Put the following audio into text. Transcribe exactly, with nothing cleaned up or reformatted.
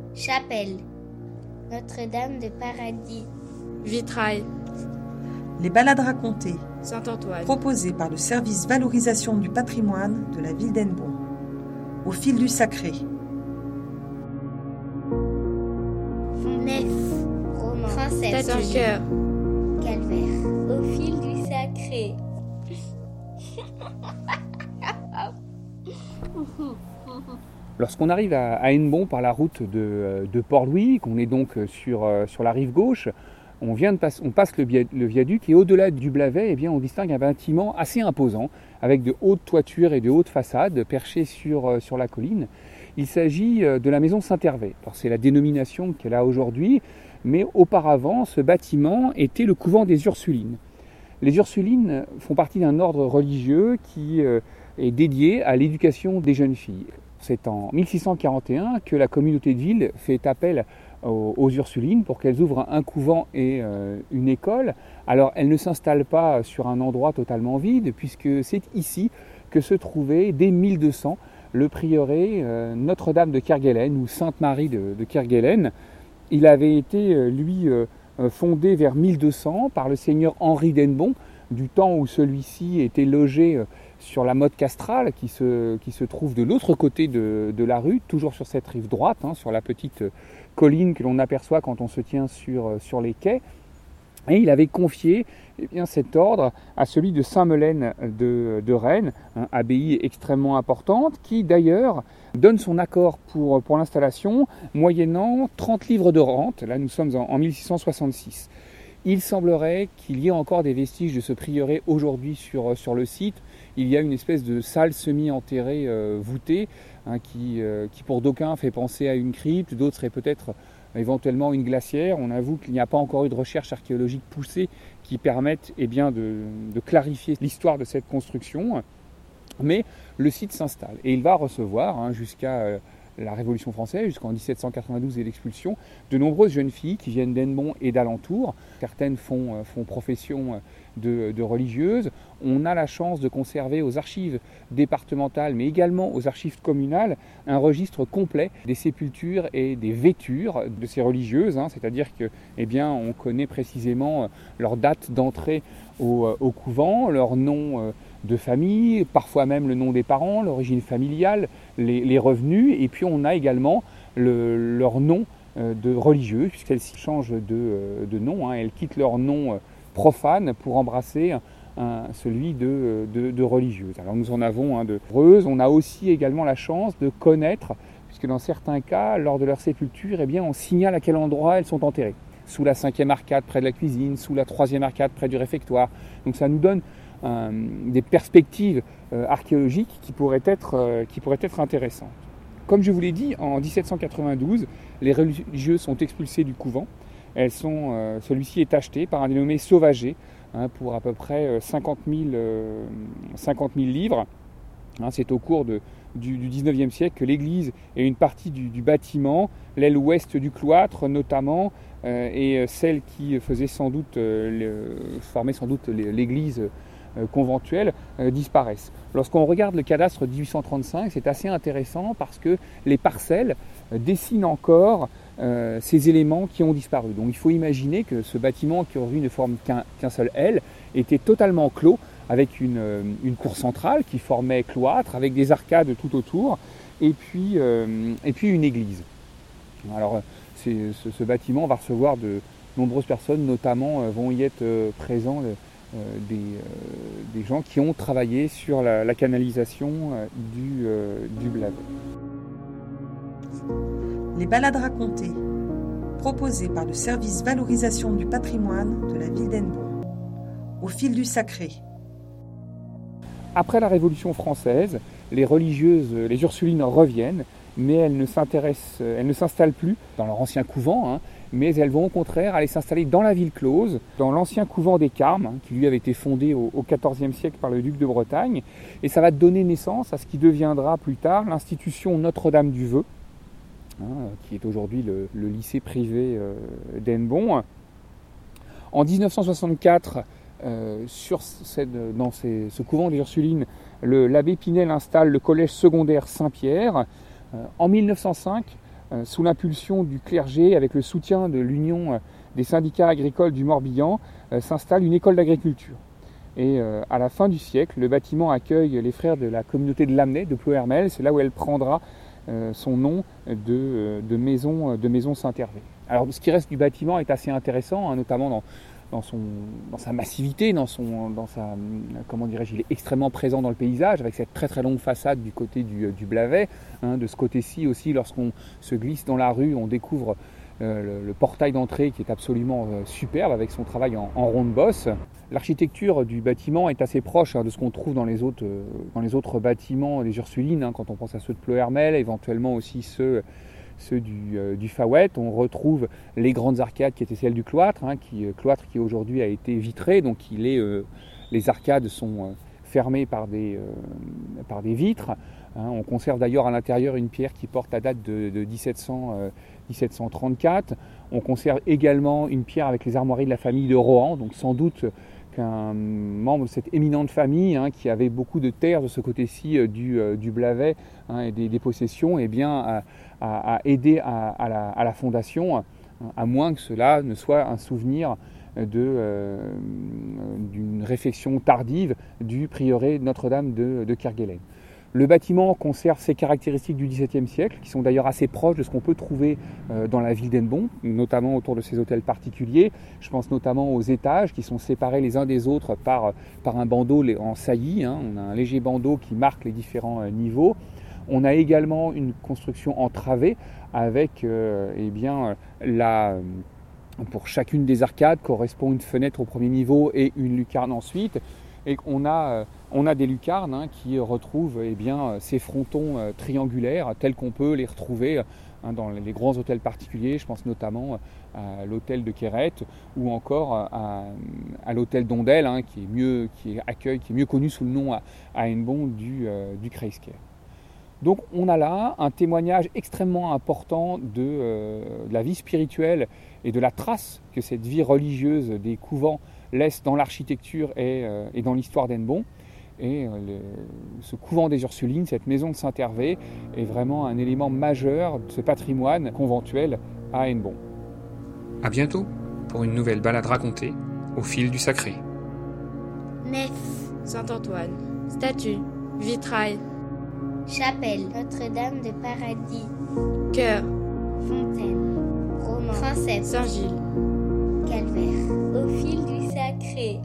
Chapelle. Notre-Dame de Paradis. Vitrail. Les balades racontées. Saint-Antoine. Proposées par le service valorisation du patrimoine de la ville d'Hennebont. Au fil du sacré. Nef. Roman. Princesse. Statue. Calvaire. Au fil du sacré. Lorsqu'on arrive à, à Hennebont par la route de, de Port-Louis, qu'on est donc sur, sur la rive gauche, on, vient de passe, on passe le, le viaduc et au-delà du Blavet, eh bien, on distingue un bâtiment assez imposant avec de hautes toitures et de hautes façades perchées sur, sur la colline. Il s'agit de la maison Saint-Hervé. Alors, c'est la dénomination qu'elle a aujourd'hui, mais auparavant, ce bâtiment était le couvent des Ursulines. Les Ursulines font partie d'un ordre religieux qui euh, est dédié à l'éducation des jeunes filles. C'est en mille six cent quarante et un que la communauté de ville fait appel aux, aux Ursulines pour qu'elles ouvrent un couvent et euh, une école. Alors, elles ne s'installent pas sur un endroit totalement vide, puisque c'est ici que se trouvait, dès mille deux cents, le prieuré euh, Notre-Dame de Kerguelen, ou Sainte-Marie de, de Kerguelen. Il avait été, euh, lui, euh, fondé vers mille deux cents par le seigneur Henri d'Hennebont, du temps où celui-ci était logé euh, sur la motte castrale qui se, qui se trouve de l'autre côté de, de la rue, toujours sur cette rive droite, hein, sur la petite colline que l'on aperçoit quand on se tient sur, sur les quais. Et il avait confié eh bien, cet ordre à celui de Saint-Melaine de, de Rennes, hein, abbaye extrêmement importante, qui d'ailleurs donne son accord pour, pour l'installation, moyennant trente livres de rente. Là, nous sommes en, en mille six cent soixante-six. Il semblerait qu'il y ait encore des vestiges de ce prieuré aujourd'hui sur, sur le site. Il y a une espèce de salle semi-enterrée euh, voûtée, hein, qui, euh, qui pour d'aucuns fait penser à une crypte, d'autres seraient peut-être éventuellement une glacière. On avoue qu'il n'y a pas encore eu de recherche archéologique poussée qui permettent eh bien, de, de clarifier l'histoire de cette construction. Mais le site s'installe et il va recevoir hein, jusqu'à euh, la Révolution française, jusqu'en dix-sept cent quatre-vingt-douze et l'expulsion, de nombreuses jeunes filles qui viennent d'Hennebont et d'alentour. Certaines font, euh, font profession de, de religieuses. On a la chance de conserver aux archives départementales, mais également aux archives communales, un registre complet des sépultures et des vêtures de ces religieuses. Hein, c'est-à-dire que, eh bien, on connaît précisément leur date d'entrée au, au couvent, leur nom euh, de famille, parfois même le nom des parents, l'origine familiale, les, les revenus, et puis on a également le, leur nom euh, de religieux, puisqu'elles changent de, euh, de nom, hein, elles quittent leur nom euh, profane pour embrasser un, celui de, de, de religieuse. Alors nous en avons hein, de heureuses. On a aussi également la chance de connaître, puisque dans certains cas, lors de leur sépulture, eh bien, on signale à quel endroit elles sont enterrées. Sous la cinquième arcade près de la cuisine, sous la troisième arcade près du réfectoire. Donc ça nous donne Euh, des perspectives euh, archéologiques qui pourraient, être, euh, qui pourraient être intéressantes. Comme je vous l'ai dit, en dix-sept cent quatre-vingt-douze, les religieuses sont expulsées du couvent. Elles sont, euh, celui-ci est acheté par un dénommé Sauvager hein, pour à peu près cinquante mille livres. Hein, c'est au cours de, du, du dix-neuvième siècle que l'église et une partie du, du bâtiment, l'aile ouest du cloître notamment, euh, et celle qui faisait sans doute, euh, le, formait sans doute l'église conventuelles euh, disparaissent. Lorsqu'on regarde le cadastre de dix-huit cent trente-cinq, c'est assez intéressant parce que les parcelles euh, dessinent encore euh, ces éléments qui ont disparu. Donc il faut imaginer que ce bâtiment qui aujourd'hui ne forme qu'un qu'un seul L était totalement clos avec une, euh, une cour centrale qui formait cloître avec des arcades tout autour et puis, euh, et puis une église. Alors c'est, ce, ce bâtiment va recevoir de nombreuses personnes, notamment euh, vont y être euh, présents euh, Euh, des, euh, des gens qui ont travaillé sur la, la canalisation euh, du, euh, du Blavet. Les balades racontées, proposées par le service valorisation du patrimoine de la ville d'Hennebont, au fil du sacré. Après la Révolution française, les religieuses, les Ursulines reviennent, mais elles ne s'intéressent, elles ne s'installent plus dans leur ancien couvent, hein, mais elles vont au contraire aller s'installer dans la ville close, dans l'ancien couvent des Carmes, hein, qui lui avait été fondé au, au quatorzième siècle par le duc de Bretagne, et ça va donner naissance à ce qui deviendra plus tard l'institution Notre-Dame du Vœu, hein, qui est aujourd'hui le, le lycée privé euh, d'Hennebont. En dix-neuf cent soixante-quatre, euh, sur cette, dans ces, ce couvent des Ursulines, le, l'abbé Pinel installe le collège secondaire Saint-Pierre. Euh, en mille neuf cent cinq, euh, sous l'impulsion du clergé, avec le soutien de l'Union euh, des syndicats agricoles du Morbihan, euh, s'installe une école d'agriculture. Et euh, à la fin du siècle, le bâtiment accueille les frères de la communauté de Lamennais, de Ploërmel. C'est là où elle prendra euh, son nom de, de, maison, de maison Saint-Hervé. Alors ce qui reste du bâtiment est assez intéressant, hein, notamment dans, dans, son, dans sa massivité, dans, son, dans sa, comment dirais-je, il est extrêmement présent dans le paysage, avec cette très très longue façade du côté du, du Blavet. Hein, de ce côté-ci aussi, lorsqu'on se glisse dans la rue, on découvre Euh, le, le portail d'entrée qui est absolument euh, superbe avec son travail en, en ronde bosse. L'architecture du bâtiment est assez proche hein, de ce qu'on trouve dans les autres, euh, dans les autres bâtiments des Ursulines, hein, quand on pense à ceux de Ploërmel, éventuellement aussi ceux, ceux du, euh, du Faouët. On retrouve les grandes arcades qui étaient celles du cloître, hein, qui, euh, cloître qui aujourd'hui a été vitré, donc il est, euh, les arcades sont euh, fermées par des, euh, par des vitres. Hein. On conserve d'ailleurs à l'intérieur une pierre qui porte la date de, de dix-sept cents, euh, dix-sept cent trente-quatre. On conserve également une pierre avec les armoiries de la famille de Rohan, donc sans doute qu'un membre de cette éminente famille hein, qui avait beaucoup de terres de ce côté-ci euh, du, euh, du Blavet hein, et des, des possessions, eh bien, a, a, a aidé à, à, la, à la fondation, hein, à moins que cela ne soit un souvenir de, euh, d'une réflexion tardive du prieuré Notre-Dame de, de Kerguelen. Le bâtiment conserve ses caractéristiques du dix-septième siècle, qui sont d'ailleurs assez proches de ce qu'on peut trouver dans la ville d'Hennebont, notamment autour de ces hôtels particuliers. Je pense notamment aux étages qui sont séparés les uns des autres par, par un bandeau en saillie. Hein. On a un léger bandeau qui marque les différents niveaux. On a également une construction en travée avec euh, eh bien, la... Pour chacune des arcades correspond une fenêtre au premier niveau et une lucarne ensuite. Et on a, on a des lucarnes hein, qui retrouvent eh bien, ces frontons euh, triangulaires tels qu'on peut les retrouver hein, dans les grands hôtels particuliers. Je pense notamment à l'hôtel de Quérette ou encore à, à l'hôtel d'Ondel hein, qui, est mieux, qui, est accueil, qui est mieux connu sous le nom à, à Hennebont du, euh, du Kreisker. Donc on a là un témoignage extrêmement important de, euh, de la vie spirituelle et de la trace que cette vie religieuse des couvents laisse dans l'architecture et, euh, et dans l'histoire d'Hennebont. Et euh, le, ce couvent des Ursulines, cette maison de Saint-Hervé, est vraiment un élément majeur de ce patrimoine conventuel à Hennebont. À bientôt pour une nouvelle balade racontée au fil du sacré. Nef, Saint-Antoine, statue, vitrail, chapelle, Notre-Dame de Paradis, chœur, fontaine, roman, transept, Saint-Gilles, calvaire, au fil du sacré.